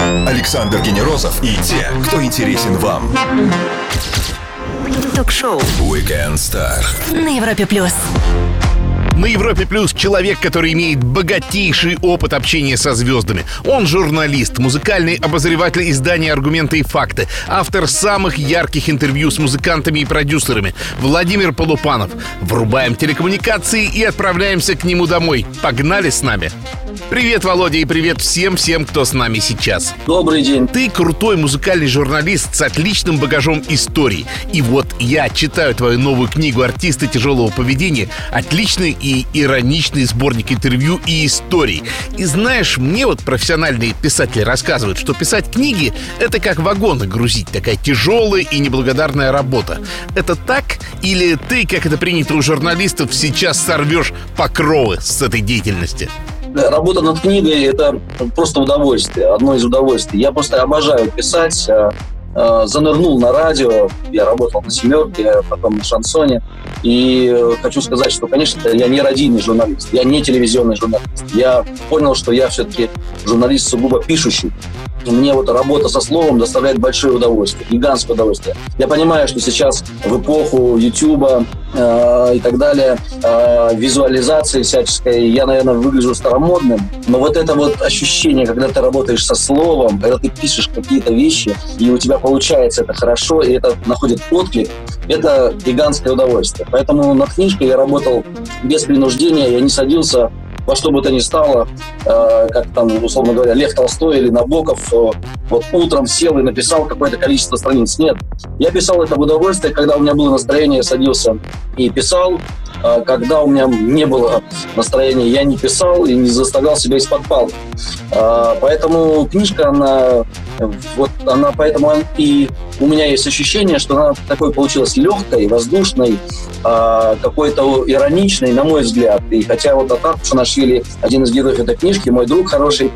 Александр Генерозов и те, кто интересен вам. Ток-шоу Weekend Star на Европе Плюс. На Европе Плюс человек, который имеет богатейший опыт общения со звездами. Он журналист, музыкальный обозреватель издания «Аргументы и факты», автор самых ярких интервью с музыкантами и продюсерами. Владимир Полупанов. Врубаем телекоммуникации и отправляемся к нему домой. Погнали с нами! Привет, Володя, и привет всем, кто с нами сейчас. Добрый день. Ты крутой музыкальный журналист с отличным багажом историй. И вот я читаю твою новую книгу «Артисты тяжелого поведения». Отличный и ироничный сборник интервью и историй. И знаешь, мне вот профессиональные писатели рассказывают, что писать книги — это как вагоны грузить. Такая тяжелая и неблагодарная работа. Это так? Или ты, как это принято у журналистов, сейчас сорвешь покровы с этой деятельности? Работа над книгой – это просто удовольствие, одно из удовольствий. Я просто обожаю писать, занырнул на радио, я работал на «Семерке», потом на «Шансоне». И хочу сказать, что, конечно, я не радийный журналист, я не телевизионный журналист. Я понял, что я все-таки журналист сугубо пишущий. И мне вот работа со словом доставляет большое удовольствие, гигантское удовольствие. Я понимаю, что сейчас в эпоху Ютуба и так далее, визуализации всяческой, я, наверное, выгляжу старомодным, но вот это вот ощущение, когда ты работаешь со словом, когда ты пишешь какие-то вещи, и у тебя получается это хорошо, и это находит отклик, это гигантское удовольствие. Поэтому над книжкой я работал без принуждения, я не садился во что бы то ни стало, как там, условно говоря, Лев Толстой или Набоков, вот утром сел и написал какое-то количество страниц. Нет, я писал это в удовольствие, когда у меня было настроение, я садился и писал. Когда у меня не было настроения, я не писал и не заставлял себя из-под палки. Поэтому книжка, она поэтому и у меня есть ощущение, что она такой получилась легкой, воздушной, какой-то ироничной, на мой взгляд. И хотя вот Атар Пшанашвили, один из героев этой книжки, мой друг хороший,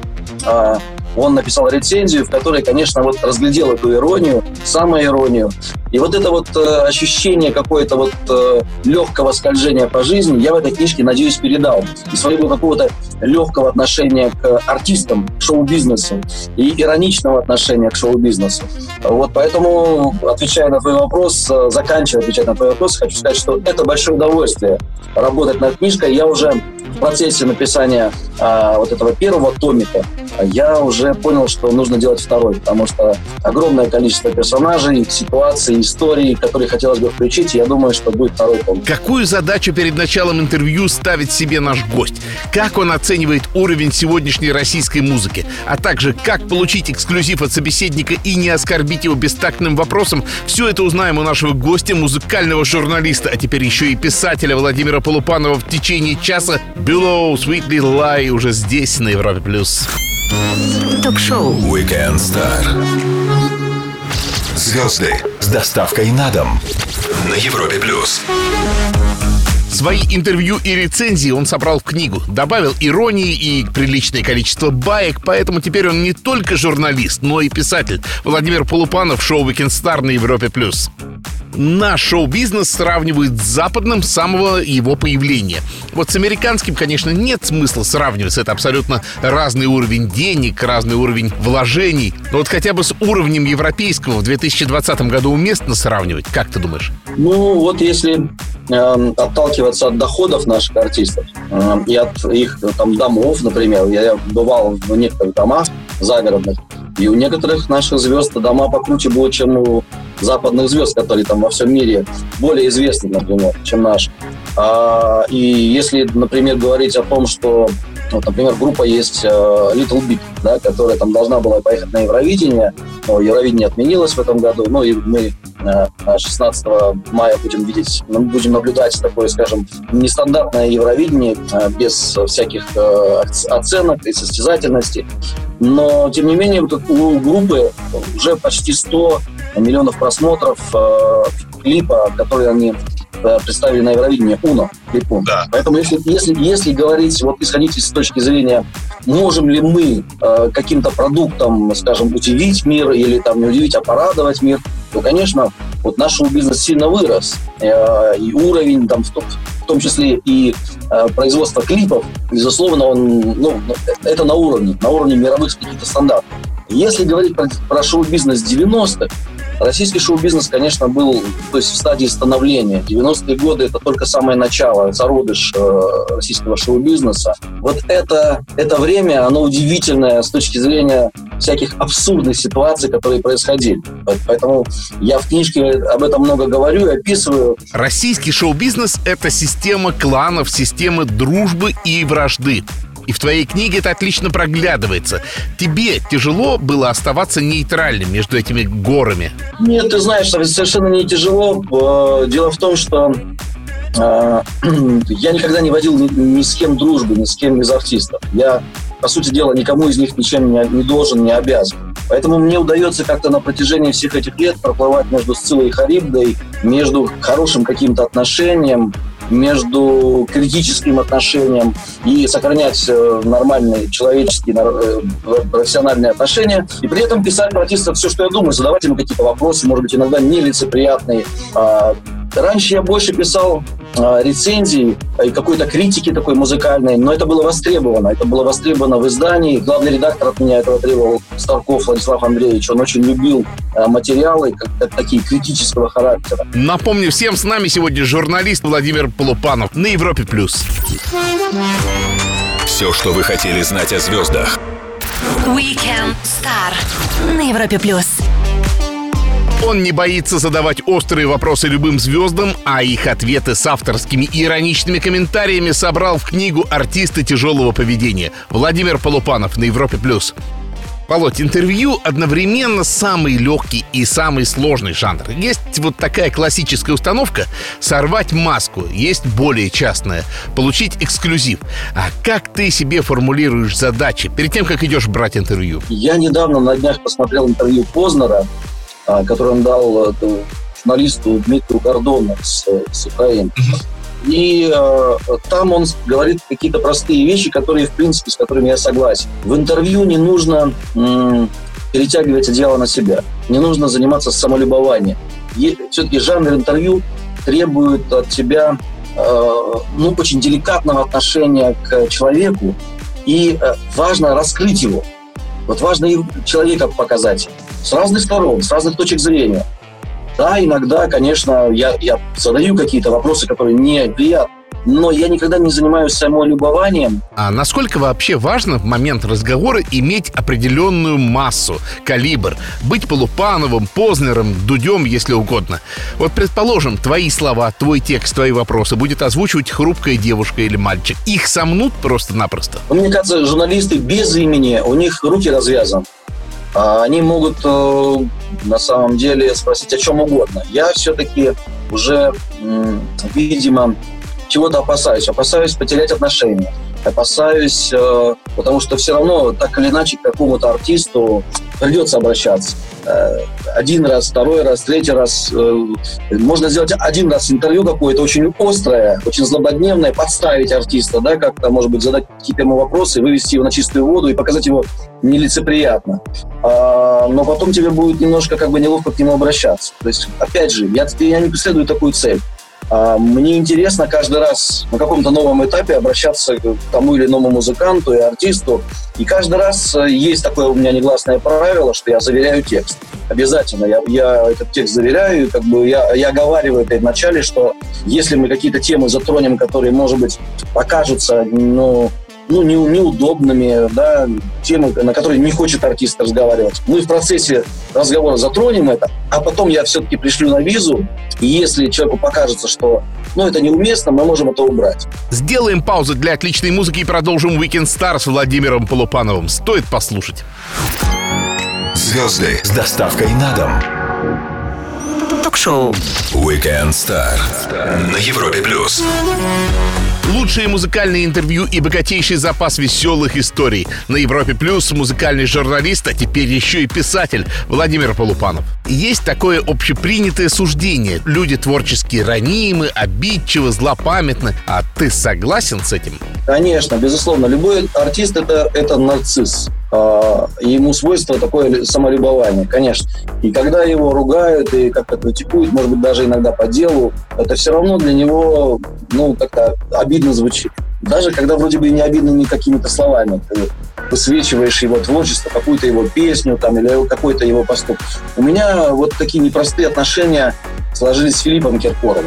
он написал рецензию, в которой, конечно, вот разглядел эту иронию, самоиронию. И вот это вот ощущение какое-то вот легкого скольжения по жизни я в этой книжке, надеюсь, передал. И своего какого-то легкого отношения к артистам, к шоу-бизнесу и ироничного отношения к шоу-бизнесу. Вот поэтому, отвечая на твой вопрос, заканчивая отвечать на твой вопрос, хочу сказать, что это большое удовольствие работать над книжкой. Я уже в процессе написания вот этого первого томика я уже понял, что нужно делать второй, потому что огромное количество персонажей, ситуаций, историй, которые хотелось бы включить, и я думаю, что будет второй том. Какую задачу перед началом интервью ставит себе наш гость? Как он оценивает уровень сегодняшней российской музыки? А также, как получить эксклюзив от собеседника и не оскорбить его бестактным вопросом? Все это узнаем у нашего гостя, музыкального журналиста, а теперь еще и писателя Владимира Полупанова в течение часа. Below Sweet Little Lie уже здесь, на Европе+. Ток-шоу Weekend Star. Звезды с доставкой на дом на Европе+. Свои интервью и рецензии он собрал в книгу, добавил иронии и приличное количество баек, поэтому теперь он не только журналист, но и писатель. Владимир Полупанов, шоу Weekend Star на Европе+. Наш шоу-бизнес сравнивают с западным с самого его появления. Вот с американским, конечно, нет смысла сравнивать. Это абсолютно разный уровень денег, разный уровень вложений. Но вот хотя бы с уровнем европейского в 2020 году уместно сравнивать? Как ты думаешь? Ну, вот если отталкиваться от доходов наших артистов и от их там домов, например, я бывал в некоторых домах загородных, и у некоторых наших звезд дома покруче будут, чем у западных звезд, которые там во всем мире более известны, например, чем наши. И если, например, говорить о том, что, вот, например, группа есть Little Big, да, которая там должна была поехать на Евровидение, но Евровидение отменилось в этом году, ну и мы 16 мая будем наблюдать такое, скажем, нестандартное Евровидение без всяких оценок и состязательности. Но, тем не менее, у группы уже почти 100 миллионов просмотров клипа, который они представили на Евровидении, «Уно», клип «Уно». Да. Поэтому если говорить, вот исходить с точки зрения, можем ли мы каким-то продуктом, скажем, удивить мир или там не удивить, а порадовать мир, то, конечно, вот наш шоу-бизнес сильно вырос. И уровень там в том числе и производство клипов, безусловно, это на уровне мировых каких-то стандартов. Если говорить про шоу-бизнес 90-х, российский шоу-бизнес, конечно, был в стадии становления. 90-е годы – это только самое начало, зародыш российского шоу-бизнеса. Вот это время, оно удивительное с точки зрения всяких абсурдных ситуаций, которые происходили. Поэтому я в книжке об этом много говорю и описываю. Российский шоу-бизнес – это система кланов, система дружбы и вражды. И в твоей книге это отлично проглядывается. Тебе тяжело было оставаться нейтральным между этими горами? Нет, ты знаешь, совершенно не тяжело. Дело в том, что я никогда не водил ни с кем дружбы, ни с кем из артистов. Я, по сути дела, никому из них ничем не должен, не обязан. Поэтому мне удается как-то на протяжении всех этих лет проплывать между Сциллой и Харибдой, между хорошим каким-то отношением, между критическим отношением и сохранять нормальные человеческие, профессиональные отношения. И при этом писать про артиста все, что я думаю, задавать ему какие-то вопросы, может быть, иногда нелицеприятные. Раньше я больше писал рецензии и какой-то критики такой музыкальной, но это было востребовано. Это было востребовано в издании. Главный редактор от меня этого требовал, Старков Владислав Андреевич. Он очень любил материалы такие критического характера. Напомню всем, с нами сегодня журналист Владимир Полупанов на Европе+. Все, что вы хотели знать о звездах. Weekend Star на Европе+. Он не боится задавать острые вопросы любым звездам, а их ответы с авторскими и ироничными комментариями собрал в книгу «Артисты тяжелого поведения». Владимир Полупанов на Европе+. Володь, интервью одновременно самый легкий и самый сложный жанр. Есть вот такая классическая установка — сорвать маску. Есть более частная — получить эксклюзив. А как ты себе формулируешь задачи перед тем, как идешь брать интервью? Я недавно на днях посмотрел интервью Познера, который он дал журналисту Дмитрию Гордону с Украины. И там он говорит какие-то простые вещи, которые, в принципе, с которыми я согласен. В интервью не нужно перетягивать одеяло на себя. Не нужно заниматься самолюбованием. Все-таки жанр интервью требует от тебя очень деликатного отношения к человеку. И важно раскрыть его. Вот важно и человека показать с разных сторон, с разных точек зрения. Да, иногда, конечно, я задаю какие-то вопросы, которые неприятны, но я никогда не занимаюсь самолюбованием. А насколько вообще важно в момент разговора иметь определенную массу, калибр, быть Полупановым, Познером, Дудем, если угодно? Вот, предположим, твои слова, твой текст, твои вопросы будет озвучивать хрупкая девушка или мальчик. Их сомнут просто-напросто? Мне кажется, журналисты без имени, у них руки развязаны. Они могут на самом деле спросить о чем угодно. Я все-таки уже, видимо, чего-то опасаюсь. Опасаюсь потерять отношения. Опасаюсь, потому что все равно так или иначе к какому-то артисту придется обращаться. Один раз, второй раз, третий раз. Можно сделать один раз интервью какое-то очень острое, очень злободневное, подставить артиста, да, как-то, может быть, задать какие-то ему вопросы, вывести его на чистую воду и показать его нелицеприятно. Но потом тебе будет немножко неловко к нему обращаться. То есть, опять же, я не преследую такую цель. Мне интересно каждый раз на каком-то новом этапе обращаться к тому или иному музыканту и артисту. И каждый раз есть такое у меня негласное правило, что я заверяю текст. Обязательно. Я этот текст заверяю. Я оговариваю перед начале, что если мы какие-то темы затронем, которые, может быть, покажутся неудобными, да, темы, на которые не хочет артист разговаривать. Мы в процессе разговора затронем это, а потом я все-таки пришлю на визу, и если человеку покажется, что это неуместно, мы можем это убрать. Сделаем паузу для отличной музыки и продолжим Weekend Star с Владимиром Полупановым. Стоит послушать. Звезды с доставкой на дом. Ток-шоу Weekend Star на Европе+. Лучшие музыкальные интервью и богатейший запас веселых историй. На Европе+, музыкальный журналист, а теперь еще и писатель Владимир Полупанов. Есть такое общепринятое суждение. Люди творчески ранимы, обидчивы, злопамятны. А ты согласен с этим? Конечно, безусловно. Любой артист — это нарцисс. ему свойство такое самолюбование, конечно. И когда его ругают и как-то критикуют, может быть, даже иногда по делу, это все равно для него, как-то обидно звучит. Даже когда вроде бы и не обидно ни какими-то словами. Ты высвечиваешь его творчество, какую-то его песню там, или какой-то его поступок. У меня вот такие непростые отношения сложились с Филиппом Киркоровым.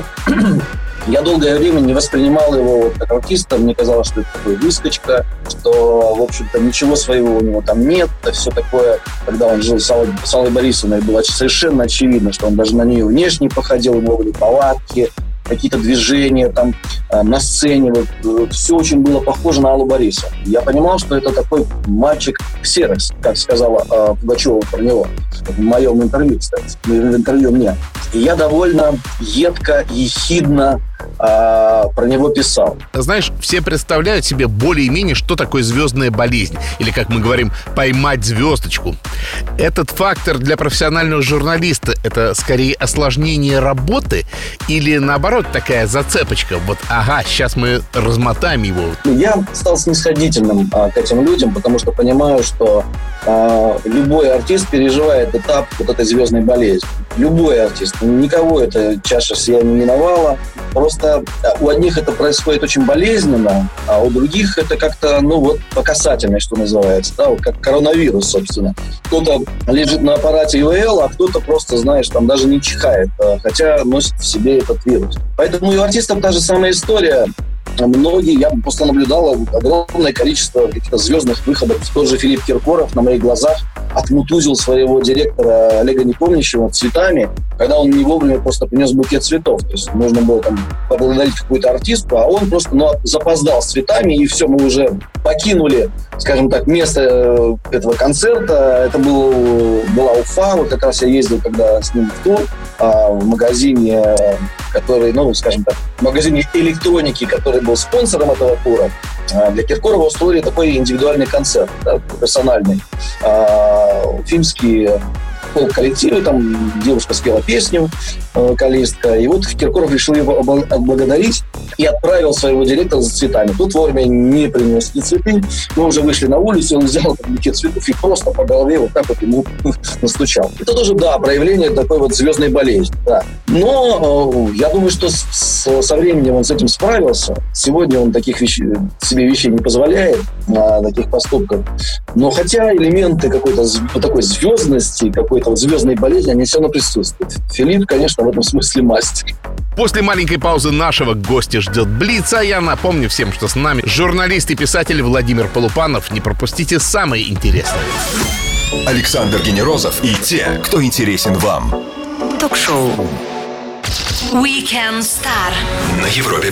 Я долгое время не воспринимал его как артиста. Мне казалось, что это такой выскочка, что, в общем-то, ничего своего у него там нет. Это все такое, когда он жил с Аллой Борисовной, было совершенно очевидно, что он даже на нее внешне походил, у него были повадки, какие-то движения там на сцене. Вот, все очень было похоже на Аллу Борисовну. Я понимал, что это такой мальчик ксерокс, как сказала Пугачева про него в моем интервью, кстати, в интервью мне. И я довольно едко, ехидно про него писал. Знаешь, все представляют себе более-менее, что такое звездная болезнь. Или, как мы говорим, поймать звездочку. Этот фактор для профессионального журналиста — это скорее осложнение работы или, наоборот, такая зацепочка? Вот, сейчас мы размотаем его. Я стал снисходительным к этим людям, потому что понимаю, что любой артист переживает этап вот этой звездной болезни. Любой артист. Никого эта чаша сия не миновала. Просто у одних это происходит очень болезненно, а у других это как-то, по касательной, что называется, да, вот как коронавирус, собственно. Кто-то лежит на аппарате ИВЛ, а кто-то просто, знаешь, там даже не чихает, хотя носит в себе этот вирус. Поэтому и у артистов та же самая история. Многие, я просто наблюдал огромное количество каких-то звездных выходов. Тот же Филипп Киркоров на моих глазах отмутузил своего директора Олега Непомнящего цветами, когда он не вовремя просто принес букет цветов. То есть нужно было там поблагодарить какую-то артистку, а он просто запоздал с цветами, и все, мы уже покинули, скажем так, место этого концерта. Это была Уфа, вот как раз я ездил, когда с ним в тур, в магазине, который, скажем так, в магазине электроники, который был спонсором этого тура. Для Киркорова устроили такой индивидуальный концерт, да, персональный. Уфимские коллективы, там девушка спела песню, вокалистка, и вот Киркоров решил его отблагодарить и отправил своего директора за цветами. Тут вовремя не принес эти цветы, мы уже вышли на улицу, он взял этот букет цветов и просто по голове вот так вот ему настучал. Это тоже, проявление такой вот звездной болезни, да. Но я думаю, что со временем он с этим справился. Сегодня он таких себе вещей не позволяет, таких поступков. Но хотя элементы какой-то такой звездности, какой-то звездной болезни, они все равно присутствуют. Филипп, конечно, в этом смысле мастер. После маленькой паузы нашего гостя ждет Блиц, а я напомню всем, что с нами журналист и писатель Владимир Полупанов. Не пропустите самое интересное. Александр Генерозов и те, кто интересен вам. Ток-шоу Weekend Star На Европе+.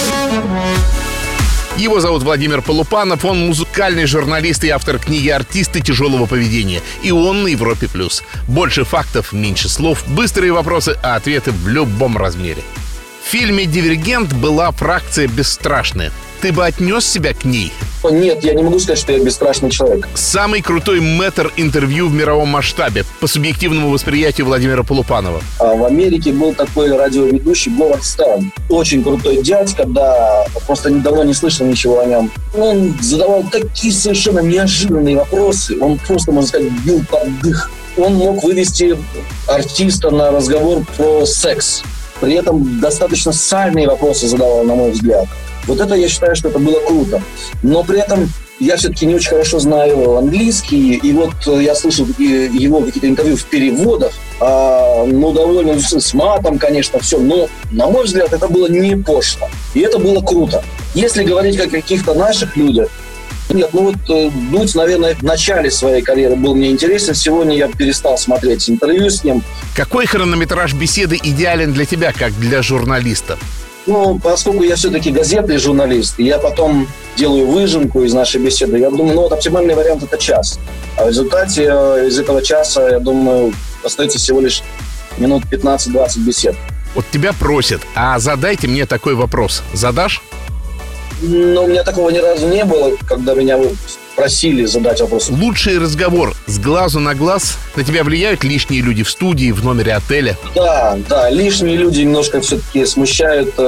Его зовут Владимир Полупанов, он музыкальный журналист и автор книги «Артисты тяжелого поведения». И он на Европе+. Больше фактов, меньше слов, быстрые вопросы, а ответы в любом размере. В фильме «Дивергент» была фракция «Бесстрашная». Ты бы отнес себя к ней? Нет, я не могу сказать, что я бесстрашный человек. Самый крутой мэтр интервью в мировом масштабе по субъективному восприятию Владимира Полупанова. В Америке был такой радиоведущий Говард Стайн. Очень крутой дядька, да, просто недавно не слышал ничего о нем. Он задавал такие совершенно неожиданные вопросы. Он просто, можно сказать, бил под дых. Он мог вывести артиста на разговор про секс. При этом достаточно сальные вопросы задавал, на мой взгляд. Вот это, я считаю, что это было круто. Но при этом я все-таки не очень хорошо знаю английский. И вот я слышал его какие-то интервью в переводах. Довольно с матом, конечно, все. Но, на мой взгляд, это было не пошло. И это было круто. Если говорить о каких-то наших людях, нет, Дудь, наверное, в начале своей карьеры был мне интересен. Сегодня я перестал смотреть интервью с ним. Какой хронометраж беседы идеален для тебя, как для журналиста? Поскольку я все-таки газетный журналист, и я потом делаю выжимку из нашей беседы, я думаю, оптимальный вариант — это час. А в результате из этого часа, я думаю, остается всего лишь минут 15-20 бесед. Вот тебя просят, задайте мне такой вопрос. Задашь? У меня такого ни разу не было, когда меня просили задать вопрос. Лучший разговор с глазу на глаз. На тебя влияют лишние люди в студии, в номере отеля? Да, лишние люди немножко все-таки смущают.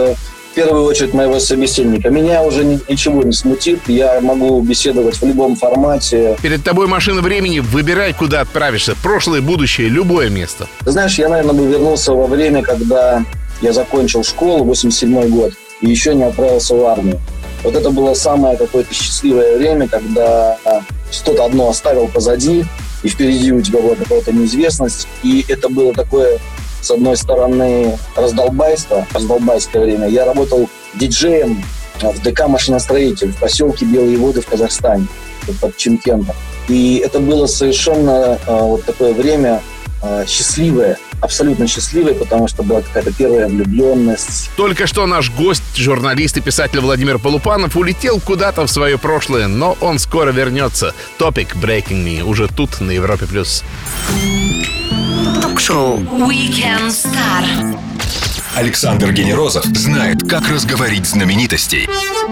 в первую очередь моего собеседника. Меня уже ничего не смутит, я могу беседовать в любом формате. Перед тобой машина времени, выбирай, куда отправишься. Прошлое, будущее, любое место. Ты знаешь, я, наверное, бы вернулся во время, когда я закончил школу, 87-й год, и еще не отправился в армию. Вот это было самое какое-то счастливое время, когда что-то одно оставил позади, и впереди у тебя была какая-то неизвестность. И это было такое, с одной стороны, раздолбайское время. Я работал диджеем в ДК «Машиностроитель» в поселке Белые Воды в Казахстане, под Чимкентом. И это было совершенно вот такое время счастливое, абсолютно счастливое, потому что была какая-то первая влюбленность. Только что наш гость, журналист и писатель Владимир Полупанов, улетел куда-то в свое прошлое, но он скоро вернется. Топик Breaking Me уже тут, на Европе+. Ток-шоу Weekend Star. Александр Генерозов знает, как разговорить знаменитостей.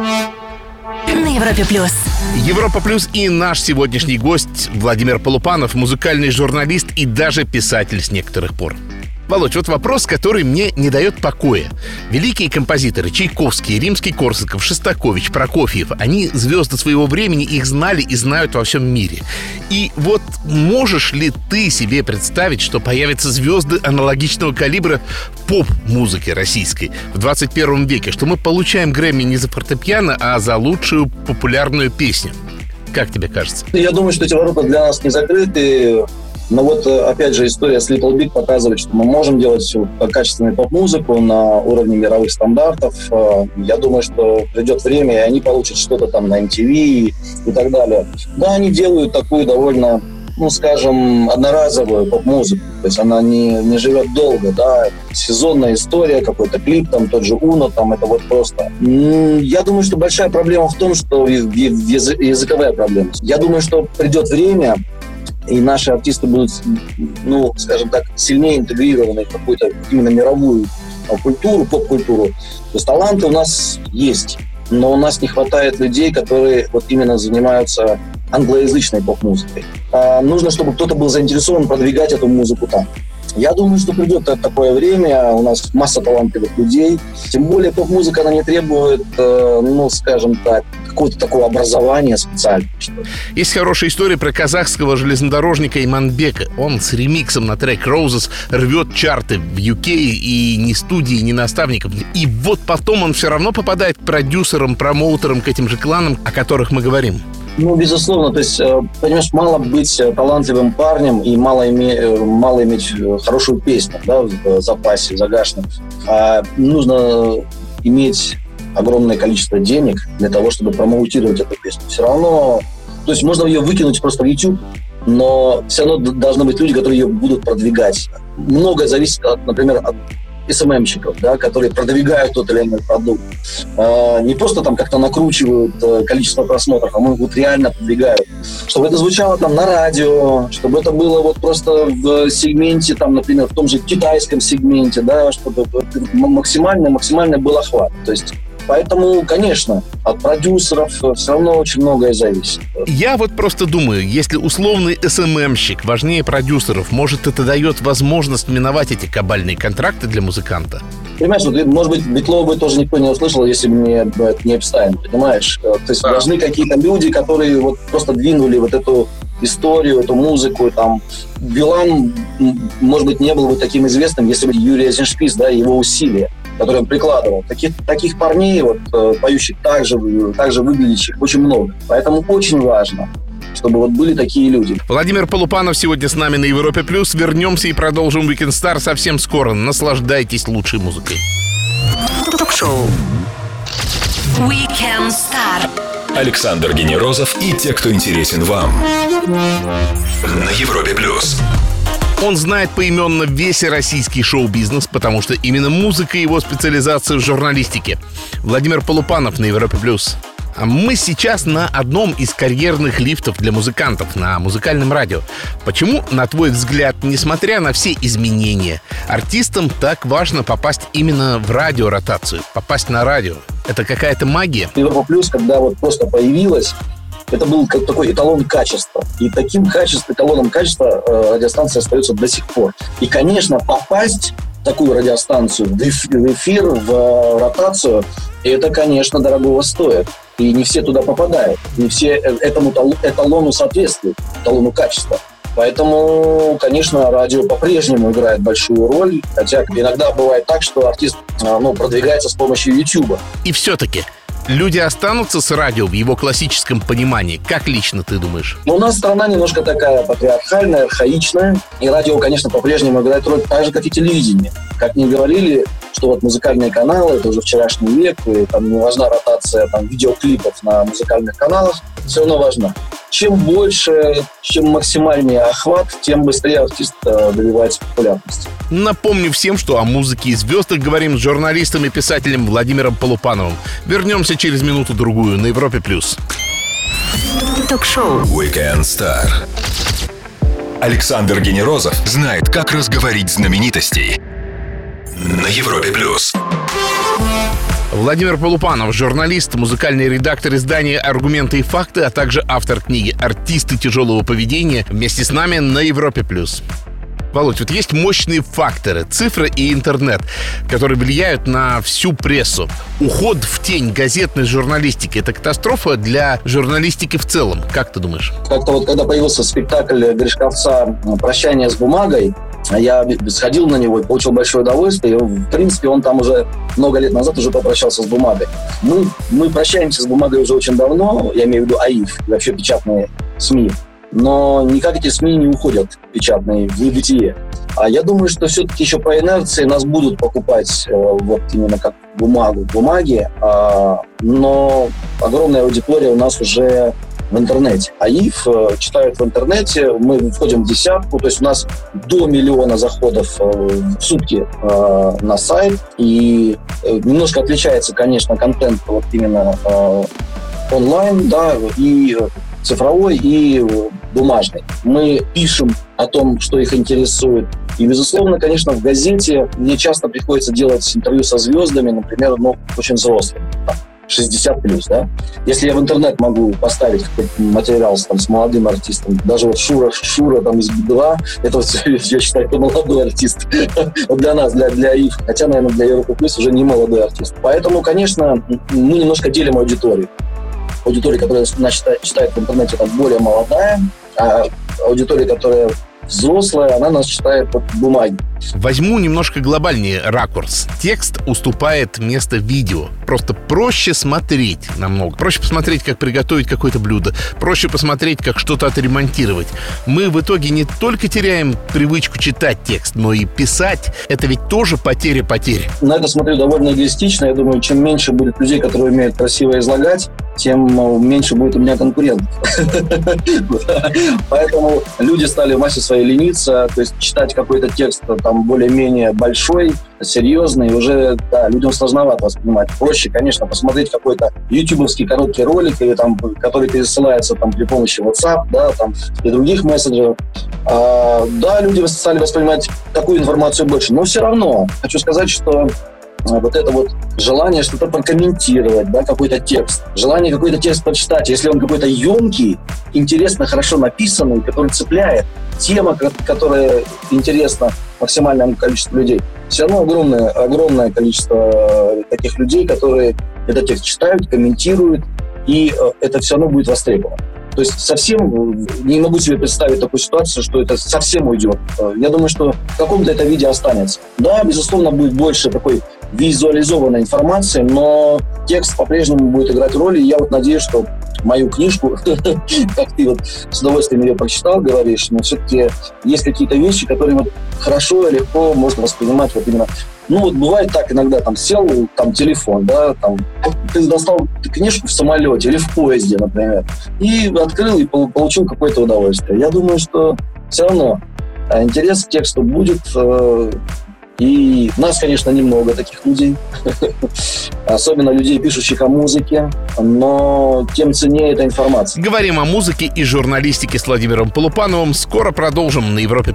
На Европе+. Европа Плюс и наш сегодняшний гость Владимир Полупанов, музыкальный журналист и даже писатель с некоторых пор. Володь, вот вопрос, который мне не дает покоя. Великие композиторы Чайковский, Римский-Корсаков, Шостакович, Прокофьев, они звезды своего времени, их знали и знают во всем мире. И вот можешь ли ты себе представить, что появятся звезды аналогичного калибра поп-музыки российской в 21 веке, что мы получаем Грэмми не за фортепиано, а за лучшую популярную песню? Как тебе кажется? Я думаю, что эти ворота для нас не закрыты. Но вот, опять же, история с Little Big показывает, что мы можем делать качественную поп-музыку на уровне мировых стандартов. Я думаю, что придет время, и они получат что-то там на MTV и так далее. Да, они делают такую довольно, ну, скажем, одноразовую поп-музыку. То есть она не живет долго, да. Сезонная история, какой-то клип, там тот же Уно, там это вот просто. Я думаю, что большая проблема в том, что языковая проблема. Я думаю, что придет время, и наши артисты будут, ну, скажем так, сильнее интегрированы в какую-то именно мировую культуру, поп-культуру. То есть таланты у нас есть, но у нас не хватает людей, которые вот именно занимаются англоязычной поп-музыкой. Нужно, чтобы кто-то был заинтересован продвигать эту музыку там. Я думаю, что придет такое время, у нас масса талантливых людей. Тем более поп-музыка, она не требует, ну, скажем так, какого-то такого образования специального. Есть хорошая история про казахского железнодорожника Иманбека. Он с ремиксом на трек Roses рвет чарты в UK, и ни студии, ни наставников. И вот потом он все равно попадает к продюсерам, промоутерам, к этим же кланам, о которых мы говорим. Ну, безусловно, то есть, понимаешь, мало быть талантливым парнем и мало иметь хорошую песню, да, в запасе, в загашнике. Нужно иметь огромное количество денег для того, чтобы промоутировать эту песню. Все равно, то есть можно ее выкинуть просто в YouTube, но все равно должны быть люди, которые ее будут продвигать. Многое зависит, например, от СММщиков, да, которые продвигают тот или иной продукт. Не просто там как-то накручивают количество просмотров, а вот реально продвигают. Чтобы это звучало там на радио, чтобы это было вот просто в сегменте, там, например, в том же китайском сегменте, да, чтобы максимально был охват. То есть поэтому, конечно, от продюсеров все равно очень многое зависит. Я вот просто думаю, если условный СММщик важнее продюсеров, может, это дает возможность миновать эти кабальные контракты для музыканта? Понимаешь, вот, может быть, Битлова бы тоже никто не услышал, если бы не Эпстайн, понимаешь? То есть должны какие-то люди, которые вот просто двинули вот эту историю, эту музыку. Там Билан, может быть, не был бы таким известным, если бы Юрий Эйзеншпис, да, его усилия, которые он прикладывал. Таких парней, вот, поющих также выглядящих, очень много. Поэтому очень важно, чтобы вот были такие люди. Владимир Полупанов сегодня с нами на Европе+. Вернемся и продолжим Weekend Star совсем скоро. Наслаждайтесь лучшей музыкой. Ток-шоу Weekend Star. Александр Генерозов и те, кто интересен вам. На Европе+. Он знает поименно весь российский шоу-бизнес, потому что именно музыка его специализация в журналистике. Владимир Полупанов на Европе+. А мы сейчас на одном из карьерных лифтов для музыкантов, на музыкальном радио. Почему, на твой взгляд, несмотря на все изменения, артистам так важно попасть именно в радиоротацию, попасть на радио? Это какая-то магия? Европа Плюс, когда вот просто появилась, это был как такой эталон качества. И таким эталоном качества радиостанция остается до сих пор. И, конечно, попасть такую радиостанцию в эфир, в ротацию, это, конечно, дорогого стоит. И не все туда попадают, не все этому эталону соответствуют, эталону качества. Поэтому, конечно, радио по-прежнему играет большую роль, хотя иногда бывает так, что артист продвигается с помощью YouTube. И все-таки люди останутся с радио в его классическом понимании? Как лично ты думаешь? У нас страна немножко такая патриархальная, архаичная, и радио, конечно, по-прежнему играет роль так же, как и телевидение. Как ни говорили, что вот музыкальные каналы, это уже вчерашний век, и там не важна ротация видеоклипов на музыкальных каналах, все равно важна. Чем больше, чем максимальнее охват, тем быстрее артист добивается популярности. Напомню всем, что о музыке и звездах говорим с журналистом и писателем Владимиром Полупановым. Вернемся через минуту-другую на Европе+. Ток-шоу Weekend Star. Александр Генерозов знает, как разговорить знаменитостей на Европе+. Владимир Полупанов, журналист, музыкальный редактор издания «Аргументы и факты», а также автор книги «Артисты тяжелого поведения» вместе с нами на Европе+. Володь, вот есть мощные факторы, цифры и интернет, которые влияют на всю прессу. Уход в тень газетной журналистики – это катастрофа для журналистики в целом. Как ты думаешь? Как-то вот когда появился спектакль Гришковца «Прощание с бумагой», я сходил на него и получил большое удовольствие. И, в принципе, он там уже много лет назад уже попрощался с бумагой. Мы прощаемся с бумагой уже очень давно, я имею в виду АИФ, вообще печатные СМИ. Но никак эти СМИ не уходят, печатные, в небытие. А я думаю, что все-таки еще по инерции нас будут покупать вот именно как бумаги, но огромная аудитория у нас уже в интернете. АИФ читают в интернете, мы входим в десятку, то есть у нас до 1 миллиона заходов в сутки на сайт, и немножко отличается, конечно, контент вот именно онлайн, да, и цифровой, и бумажный. Мы пишем о том, что их интересует. И, безусловно, конечно, в газете мне часто приходится делать интервью со звездами, например, очень взрослыми, 60+, да. Если я в интернет могу поставить какой-то материал с молодым артистом, даже вот Шура там из Би-2, это вот, я считаю, это молодой артист. Вот для нас, для ИФ, хотя, наверное, для Европы Плюс уже не молодой артист. Поэтому, конечно, мы немножко делим аудиторию. Аудитория, которая читает в интернете, там более молодая, а аудитория, которая взрослая, она нас читает по бумаге. Возьму немножко глобальнее ракурс. Текст уступает место видео. Просто проще смотреть намного. Проще посмотреть, как приготовить какое-то блюдо. Проще посмотреть, как что-то отремонтировать. Мы в итоге не только теряем привычку читать текст, но и писать. Это ведь тоже потеря. На это смотрю довольно эгоистично. Я думаю, чем меньше будет людей, которые умеют красиво излагать, тем меньше будет у меня конкурентов. Поэтому люди стали в массе своей лениться, то есть читать какой-то текст там более-менее большой, серьезный, уже, да, людям сложновато воспринимать. Проще, конечно, посмотреть какой-то ютубовский короткий ролик, или там, который пересылается там при помощи WhatsApp, да, там, и других мессенджеров. Да, люди стали воспринимать такую информацию больше, но все равно хочу сказать, что вот это вот желание что-то прокомментировать, да, какой-то текст, желание какой-то текст прочитать, если он какой-то емкий, интересно, хорошо написанный, который цепляет, тема, которая интересна максимальному количеству людей, все равно огромное количество таких людей, которые этот текст читают, комментируют, и это все равно будет востребовано. То есть совсем не могу себе представить такую ситуацию, что это совсем уйдет. Я думаю, что в каком-то это виде останется. Да, безусловно, будет больше такой визуализованной информации, но текст по-прежнему будет играть роль, и я вот надеюсь, что мою книжку, как ты вот с удовольствием ее прочитал, говоришь, но все-таки есть какие-то вещи, которые вот хорошо и легко можно воспринимать вот именно. Ну, вот бывает так иногда, там, сел, там, телефон, да, там, ты достал книжку в самолете или в поезде, например, и открыл, и получил какое-то удовольствие. Я думаю, что все равно интерес к тексту будет, и нас, конечно, немного таких людей, особенно людей, пишущих о музыке, но тем ценнее эта информация. Говорим о музыке и журналистике с Владимиром Полупановым. Скоро продолжим на Европе+.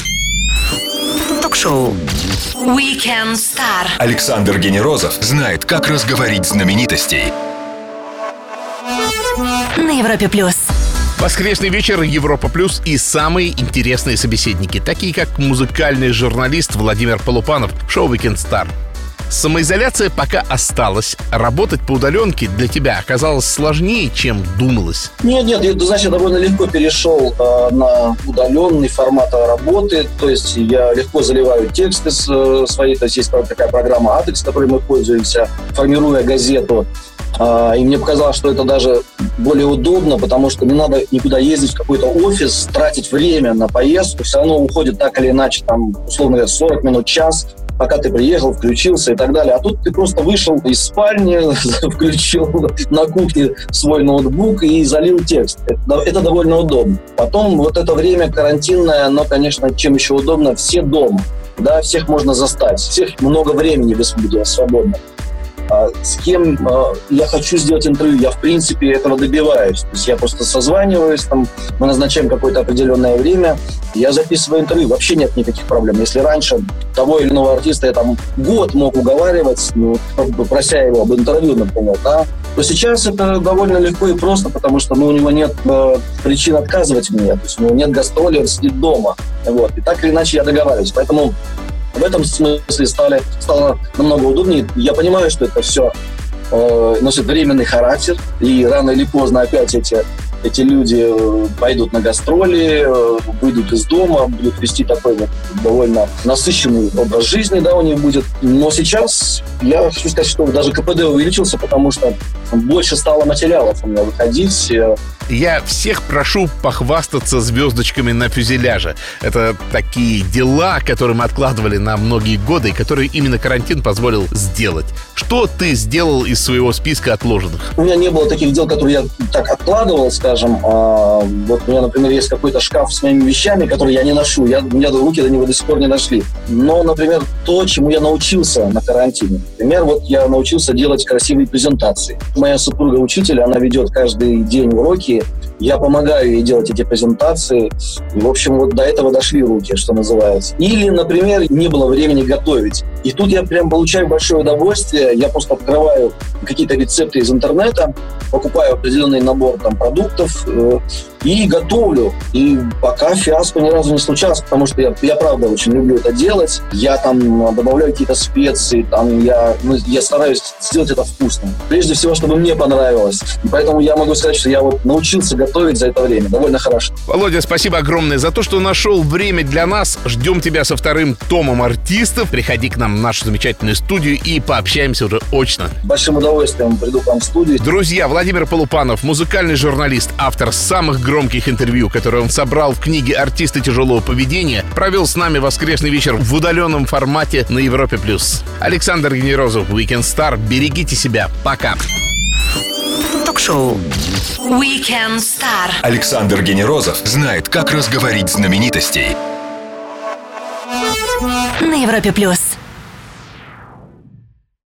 Ток-шоу Weekend Star. Александр Генерозов знает, как разговорить знаменитостей На Европе+. Воскресный вечер, Европа Плюс и самые интересные собеседники, такие как музыкальный журналист Владимир Полупанов в шоу Weekend Star. Самоизоляция пока осталась. Работать по удаленке для тебя оказалось сложнее, чем думалось. Нет, значит, я довольно легко перешел на удаленный формат работы. То есть я легко заливаю тексты свои. То есть есть такая программа Atex, которой мы пользуемся, формируя газету. И мне показалось, что это даже более удобно, потому что не надо никуда ездить в какой-то офис, тратить время на поездку. Все равно уходит так или иначе, там, условно говоря, 40 минут, час, пока ты приехал, включился и так далее. А тут ты просто вышел из спальни, включил на кухне свой ноутбук и залил текст. Это довольно удобно. Потом вот это время карантинное, но, конечно, чем еще удобно, все дома. Да, всех можно застать, всех много времени высвободилось свободно. С кем я хочу сделать интервью, я, в принципе, этого добиваюсь. То есть я просто созваниваюсь, там, мы назначаем какое-то определенное время, я записываю интервью, вообще нет никаких проблем. Если раньше того или иного артиста я там год мог уговаривать, прося его об интервью, например, да, то сейчас это довольно легко и просто, потому что у него нет причин отказывать мне, то есть у него нет гастролей, он сидит дома. Вот. И так или иначе я договариваюсь. Поэтому в этом смысле стало намного удобнее. Я понимаю, что это все носит временный характер, и рано или поздно опять эти люди пойдут на гастроли, выйдут из дома, будут вести такой вот довольно насыщенный образ жизни, да, у них будет. Но сейчас я хочу сказать, что даже КПД увеличился, потому что больше стало материалов у меня выходить. Я всех прошу похвастаться звездочками на фюзеляже. Это такие дела, которые мы откладывали на многие годы, и которые именно карантин позволил сделать. Что ты сделал из своего списка отложенных? У меня не было таких дел, которые я так откладывал, скажем. Вот у меня, например, есть какой-то шкаф с моими вещами, которые я не ношу. У меня руки до него до сих пор не дошли. Но, например, то, чему я научился на карантине. Например, вот я научился делать красивые презентации. Моя супруга учитель, она ведет каждый день уроки. Я помогаю ей делать эти презентации. И, в общем, вот до этого дошли руки, что называется. Или, например, не было времени готовить. И тут я прям получаю большое удовольствие. Я просто открываю какие-то рецепты из интернета, покупаю определенный набор там продуктов и готовлю. И пока фиаско ни разу не случалось, потому что я правда очень люблю это делать. Я там добавляю какие-то специи, там я стараюсь сделать это вкусно. Прежде всего, чтобы мне понравилось. И поэтому я могу сказать, что я вот научился готовить за это время довольно хорошо. Володя, спасибо огромное за то, что нашел время для нас. Ждем тебя со вторым томом артистов. Приходи к нам в нашу замечательную студию и пообщаемся уже очно. Большим удовольствием приду к вам в студию. Друзья, Владимир Полупанов, музыкальный журналист, автор самых громких интервью, которые он собрал в книге «Артисты тяжелого поведения», провел с нами воскресный вечер в удаленном формате на Европе+. Александр Генерозов, Weekend Star. Берегите себя. Пока. Ток-шоу Weekend Star. Александр Генерозов знает, как разговорить знаменитостей. На Европе+.